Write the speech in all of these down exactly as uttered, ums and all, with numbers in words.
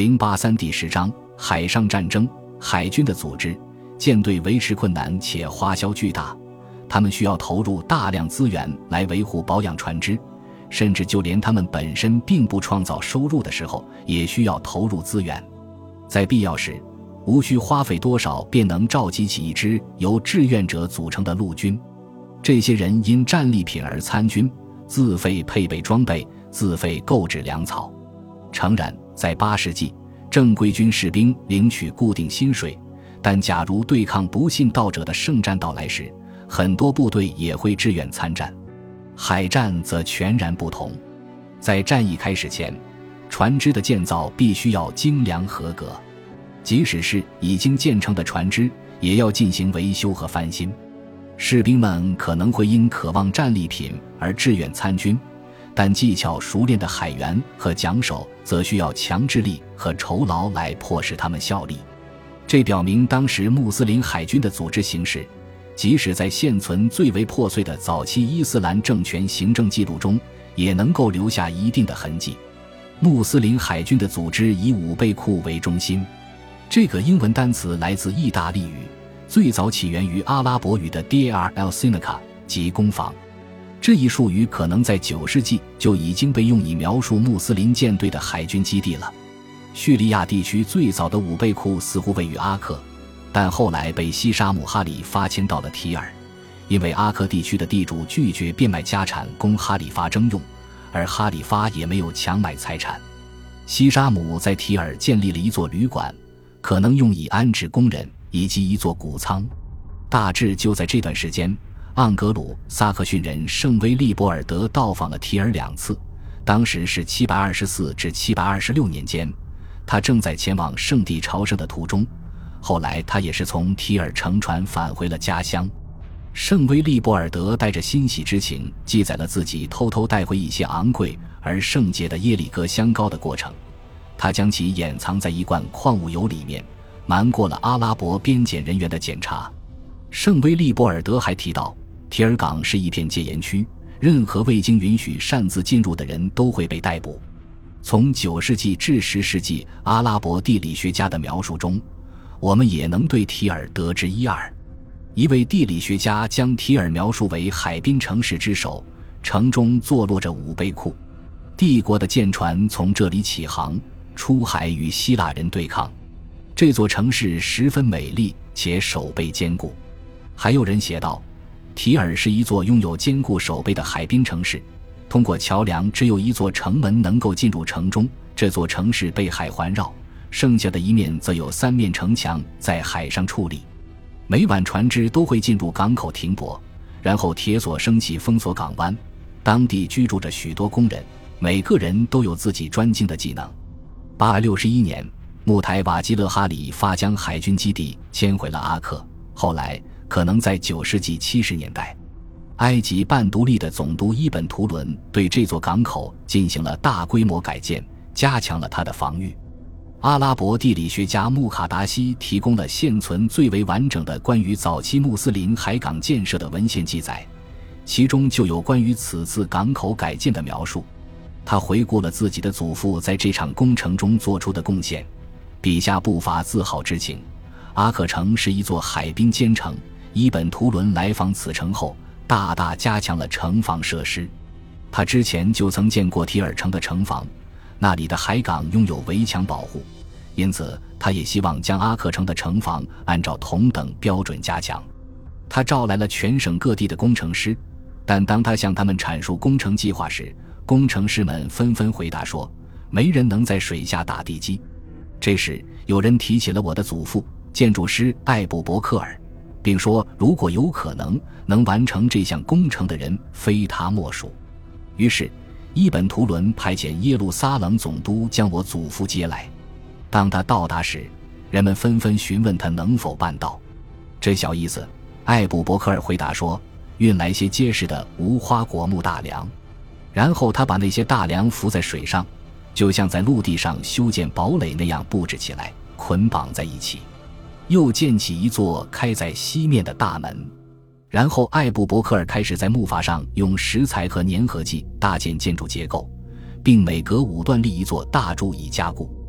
零八三第十章海上战争。海军的组织，舰队维持困难且花销巨大，他们需要投入大量资源来维护保养船只，甚至就连他们本身并不创造收入的时候，也需要投入资源。在必要时，无需花费多少便能召集起一支由志愿者组成的陆军。这些人因战利品而参军，自费配备装备，自费购置粮草。诚然，在八世纪，正规军士兵领取固定薪水，但假如对抗不信道者的圣战到来时，很多部队也会志愿参战。海战则全然不同，在战役开始前，船只的建造必须要精良合格，即使是已经建成的船只，也要进行维修和翻新。士兵们可能会因渴望战利品而志愿参军，但技巧熟练的海员和桨手则需要强制力和酬劳来迫使他们效力。这表明当时穆斯林海军的组织形式，即使在现存最为破碎的早期伊斯兰政权行政记录中，也能够留下一定的痕迹。穆斯林海军的组织以武备库为中心，这个英文单词来自意大利语，最早起源于阿拉伯语的 Dar al-Sinica， 即攻防。这一术语可能在九世纪就已经被用以描述穆斯林舰队的海军基地了。叙利亚地区最早的武备库似乎位于阿克，但后来被西沙姆哈里发迁到了提尔，因为阿克地区的地主拒绝变卖家产供哈里发征用，而哈里发也没有强买财产。西沙姆在提尔建立了一座旅馆，可能用以安置工人，以及一座谷仓。大致就在这段时间，盎格鲁撒克逊人圣威利波尔德到访了提尔两次，当时是七百二十四至七百二十六年间，他正在前往圣地朝圣的途中，后来他也是从提尔乘船返回了家乡。圣威利波尔德带着欣喜之情记载了自己偷偷带回一些昂贵而圣洁的耶里哥香膏的过程，他将其掩藏在一罐矿物油里面，瞒过了阿拉伯边检人员的检查。圣威利波尔德还提到，提尔港是一片戒严区，任何未经允许擅自进入的人都会被逮捕。从九世纪至十世纪阿拉伯地理学家的描述中，我们也能对提尔得知一二。一位地理学家将提尔描述为海滨城市之首，城中坐落着武备库，帝国的舰船从这里起航，出海与希腊人对抗。这座城市十分美丽且守备坚固。还有人写道，提尔是一座拥有坚固守备的海滨城市，通过桥梁只有一座城门能够进入城中，这座城市被海环绕，剩下的一面则有三面城墙在海上矗立。每晚船只都会进入港口停泊，然后铁索升起封锁港湾。当地居住着许多工人，每个人都有自己专精的技能。八百六十一年，穆台瓦基勒哈里发将海军基地迁回了阿克，后来可能在九世纪七十年代，埃及半独立的总督伊本图伦对这座港口进行了大规模改建，加强了它的防御。阿拉伯地理学家穆卡达西提供了现存最为完整的关于早期穆斯林海港建设的文献记载，其中就有关于此次港口改建的描述。他回顾了自己的祖父在这场工程中做出的贡献，笔下不乏自豪之情。阿克城是一座海滨坚城，伊本图伦来访此城后，大大加强了城防设施。他之前就曾见过提尔城的城防，那里的海港拥有围墙保护，因此他也希望将阿克城的城防按照同等标准加强。他召来了全省各地的工程师，但当他向他们阐述工程计划时，工程师们纷纷回答说，没人能在水下打地基。这时有人提起了我的祖父建筑师艾布伯克尔，并说如果有可能能完成这项工程的人非他莫属。于是伊本图伦派遣耶路撒冷总督将我祖父接来。当他到达时，人们纷纷询问他能否办到。这小意思，艾布伯克尔回答说，运来些结实的无花果木大梁，然后他把那些大梁浮在水上，就像在陆地上修建堡垒那样布置起来，捆绑在一起。又建起一座开在西面的大门，然后艾布伯克尔开始在木筏上用石材和粘合剂搭建建筑结构，并每隔五段立一座大柱以加固。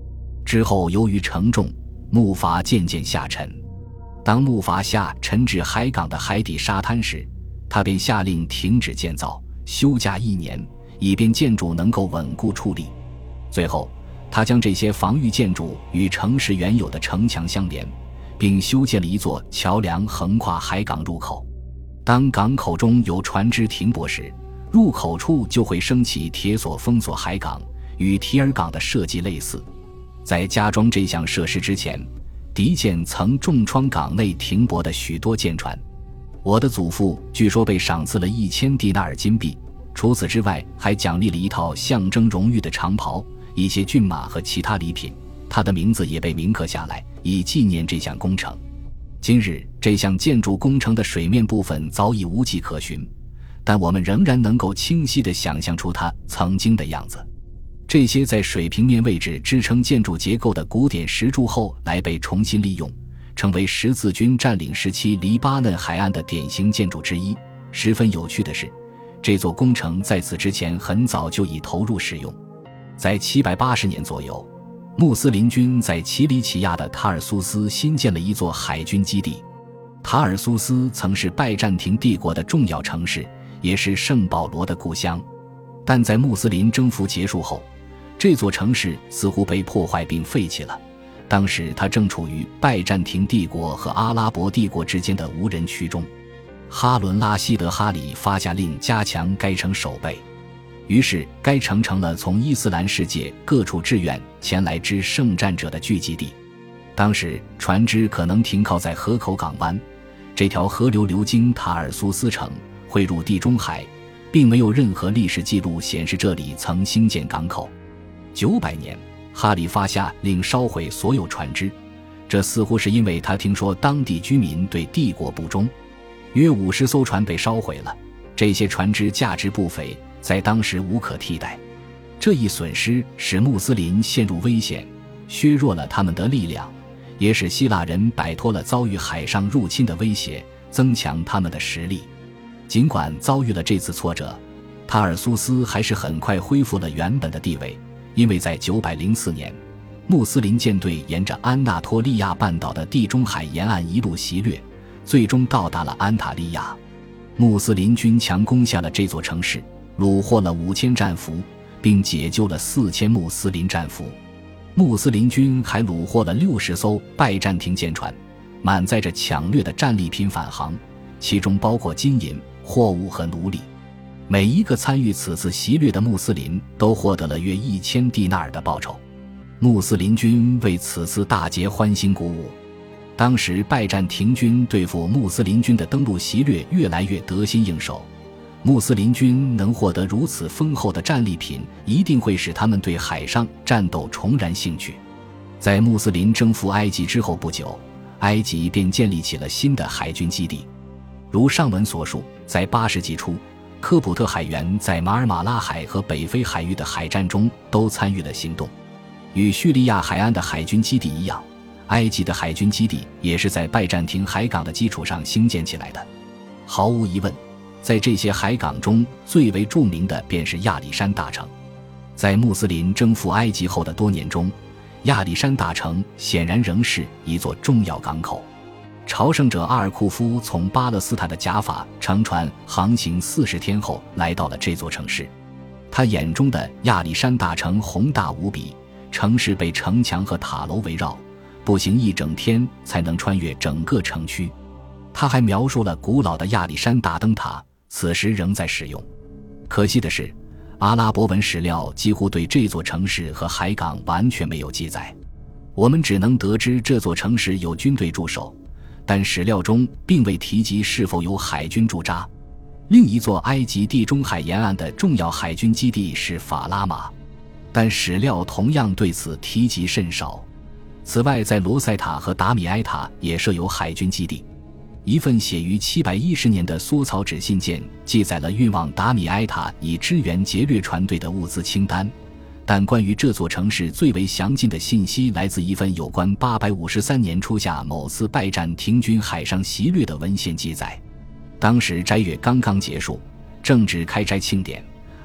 之后由于承重，木筏渐渐下沉。当木筏下沉至海港的海底沙滩时，他便下令停止建造，休假一年，以便建筑能够稳固矗立。最后他将这些防御建筑与城市原有的城墙相连，并修建了一座桥梁横跨海港入口。当港口中有船只停泊时，入口处就会升起铁索封锁海港，与提尔港的设计类似。在加装这项设施之前，敌舰曾重创港内停泊的许多舰船。我的祖父据说被赏赐了一千蒂纳尔金币，除此之外还奖励了一套象征荣誉的长袍、一些骏马和其他礼品，他的名字也被铭刻下来，以纪念这项工程。今日这项建筑工程的水面部分早已无迹可寻，但我们仍然能够清晰地想象出它曾经的样子。这些在水平面位置支撑建筑结构的古典石柱后来被重新利用，成为十字军占领时期黎巴嫩海岸的典型建筑之一。十分有趣的是，这座工程在此之前很早就已投入使用。在七百八十年左右，穆斯林军在奇里乞亚的塔尔苏斯新建了一座海军基地。塔尔苏斯曾是拜占庭帝国的重要城市，也是圣保罗的故乡。但在穆斯林征服结束后，这座城市似乎被破坏并废弃了。当时它正处于拜占庭帝国和阿拉伯帝国之间的无人区中。哈伦·拉希德·哈里发下令加强该城守备，于是该城成了从伊斯兰世界各处志愿前来之圣战者的聚集地。当时船只可能停靠在河口港湾，这条河流流经塔尔苏斯城，汇入地中海，并没有任何历史记录显示这里曾兴建港口。九百年，哈里发下令烧毁所有船只，这似乎是因为他听说当地居民对帝国不忠。约五十艘船被烧毁了，这些船只价值不菲，在当时无可替代。这一损失使穆斯林陷入危险，削弱了他们的力量，也使希腊人摆脱了遭遇海上入侵的威胁，增强他们的实力。尽管遭遇了这次挫折，塔尔苏斯还是很快恢复了原本的地位，因为在九百零四年，穆斯林舰队沿着安纳托利亚半岛的地中海沿岸一路袭掠，最终到达了安塔利亚。穆斯林军强攻下了这座城市，俘获了五千战俘，并解救了四千穆斯林战俘。穆斯林军还俘获了六十艘拜占庭舰船，满载着抢掠的战利品返航，其中包括金银、货物和奴隶。每一个参与此次袭掠的穆斯林都获得了约一千蒂纳尔的报酬。穆斯林军为此次大捷欢欣鼓舞。当时拜占庭军对付穆斯林军的登陆袭掠越来越得心应手，穆斯林军能获得如此丰厚的战利品，一定会使他们对海上战斗重燃兴趣。在穆斯林征服埃及之后不久，埃及便建立起了新的海军基地。如上文所述，在八世纪初，科普特海员在马尔马拉海和北非海域的海战中都参与了行动。与叙利亚海岸的海军基地一样，埃及的海军基地也是在拜占庭海港的基础上兴建起来的。毫无疑问，在这些海港中最为著名的便是亚历山大城。在穆斯林征服埃及后的多年中，亚历山大城显然仍是一座重要港口。朝圣者阿尔库夫从巴勒斯坦的贾法乘船航行四十天后来到了这座城市。他眼中的亚历山大城宏大无比，城市被城墙和塔楼围绕，步行一整天才能穿越整个城区。他还描述了古老的亚历山大灯塔，此时仍在使用。可惜的是，阿拉伯文史料几乎对这座城市和海港完全没有记载，我们只能得知这座城市有军队驻守，但史料中并未提及是否有海军驻扎。另一座埃及地中海沿岸的重要海军基地是法拉马，但史料同样对此提及甚少。此外，在罗塞塔和达米埃塔也设有海军基地。一份写于七百一十年的缩草纸信件记载了运往达米埃塔以支援劫掠船队的物资清单，但关于这座城市最为详尽的信息来自一份有关八百五十三年初夏某次拜占庭军海上袭掠的文献记载。当时斋月刚刚结束，正值开斋庆典，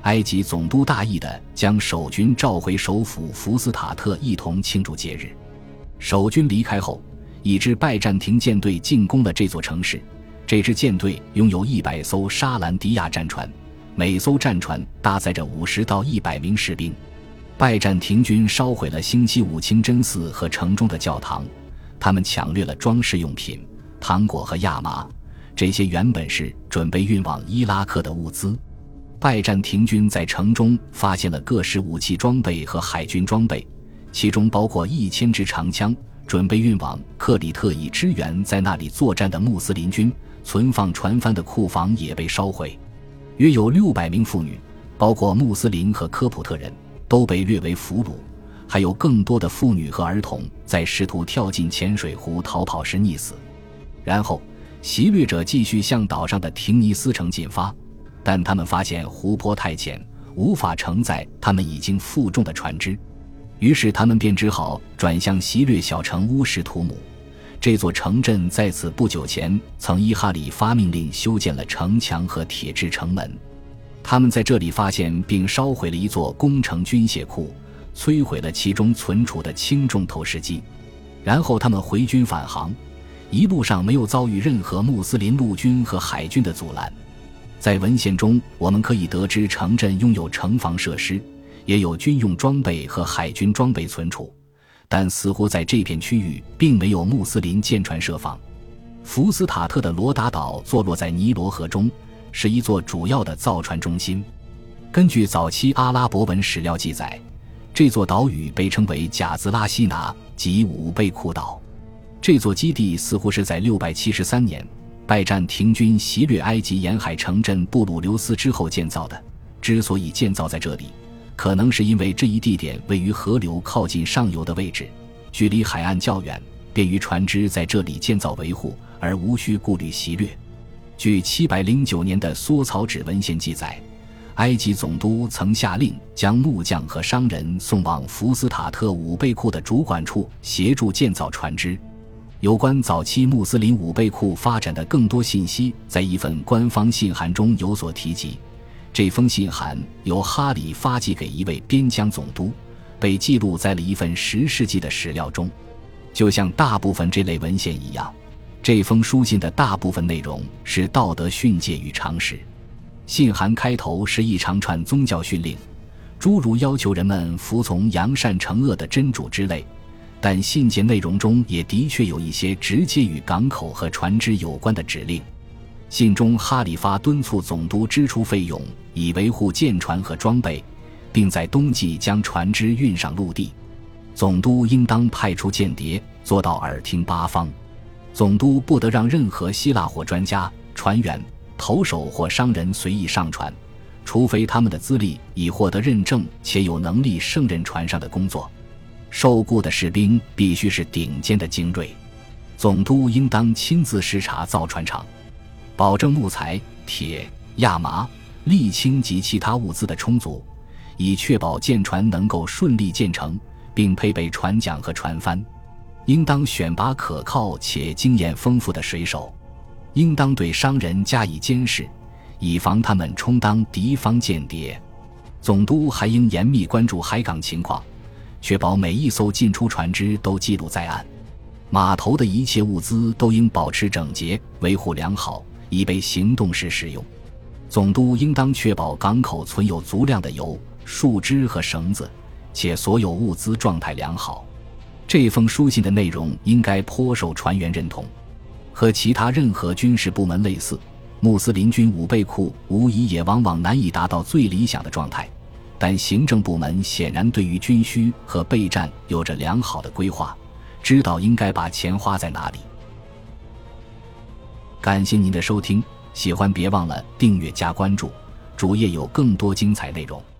埃及总督大意地将守军召回首府福斯塔特，一同庆祝节日。守军离开后，一支拜占庭舰队进攻了这座城市。这支舰队拥有一百艘沙兰迪亚战船，每艘战船搭载着五十到一百名士兵。拜占庭军烧毁了星期五清真寺和城中的教堂，他们抢掠了装饰用品、糖果和亚麻，这些原本是准备运往伊拉克的物资。拜占庭军在城中发现了各式武器装备和海军装备，其中包括一千支长枪，准备运往克里特以支援在那里作战的穆斯林军。存放船帆的库房也被烧毁，约有六百名妇女，包括穆斯林和科普特人，都被掠为俘虏，还有更多的妇女和儿童在试图跳进浅水湖逃跑时溺死。然后袭掠者继续向岛上的廷尼斯城进发，但他们发现湖泊太浅，无法承载他们已经负重的船只，于是他们便只好转向袭掠小城乌什图姆。这座城镇在此不久前曾依哈里发命令修建了城墙和铁质城门。他们在这里发现并烧毁了一座工程军械库，摧毁了其中存储的轻重投石机。然后他们回军返航，一路上没有遭遇任何穆斯林陆军和海军的阻拦。在文献中我们可以得知城镇拥有城防设施，也有军用装备和海军装备存储，但似乎在这片区域并没有穆斯林舰船设防。福斯塔特的罗达岛坐落在尼罗河中，是一座主要的造船中心。根据早期阿拉伯文史料记载，这座岛屿被称为贾兹拉西拿即五贝库岛。这座基地似乎是在六百七十三年拜占庭军袭掠埃及沿海城镇布鲁留斯之后建造的。之所以建造在这里，可能是因为这一地点位于河流靠近上游的位置，距离海岸较远，便于船只在这里建造维护，而无需顾虑袭掠。据七百零九年的缩草纸文献记载，埃及总督曾下令将木匠和商人送往福斯塔特武备库的主管处协助建造船只。有关早期穆斯林武备库发展的更多信息在一份官方信函中有所提及。这封信函由哈里发寄给一位边疆总督，被记录在了一份十世纪的史料中。就像大部分这类文献一样，这封书信的大部分内容是道德训诫与常识。信函开头是一长串宗教训令，诸如要求人们服从扬善惩恶的真主之类，但信件内容中也的确有一些直接与港口和船只有关的指令。信中哈里发敦促总督支出费用以维护舰船和装备，并在冬季将船只运上陆地。总督应当派出间谍做到耳听八方。总督不得让任何希腊或专家、船员、投手或商人随意上船，除非他们的资历已获得认证且有能力胜任船上的工作。受雇的士兵必须是顶尖的精锐。总督应当亲自视察造船厂，保证木材、铁、亚麻、沥青及其他物资的充足，以确保舰船能够顺利建成，并配备船桨和船帆。应当选拔可靠且经验丰富的水手。应当对商人加以监视，以防他们充当敌方间谍。总督还应严密关注海港情况，确保每一艘进出船只都记录在案。码头的一切物资都应保持整洁，维护良好，以备行动时使用。总督应当确保港口存有足量的油、树枝和绳子，且所有物资状态良好。这封书信的内容应该颇受船员认同。和其他任何军事部门类似，穆斯林军武备库无疑也往往难以达到最理想的状态，但行政部门显然对于军需和备战有着良好的规划，知道应该把钱花在哪里。感谢您的收听，喜欢别忘了订阅加关注，主页有更多精彩内容。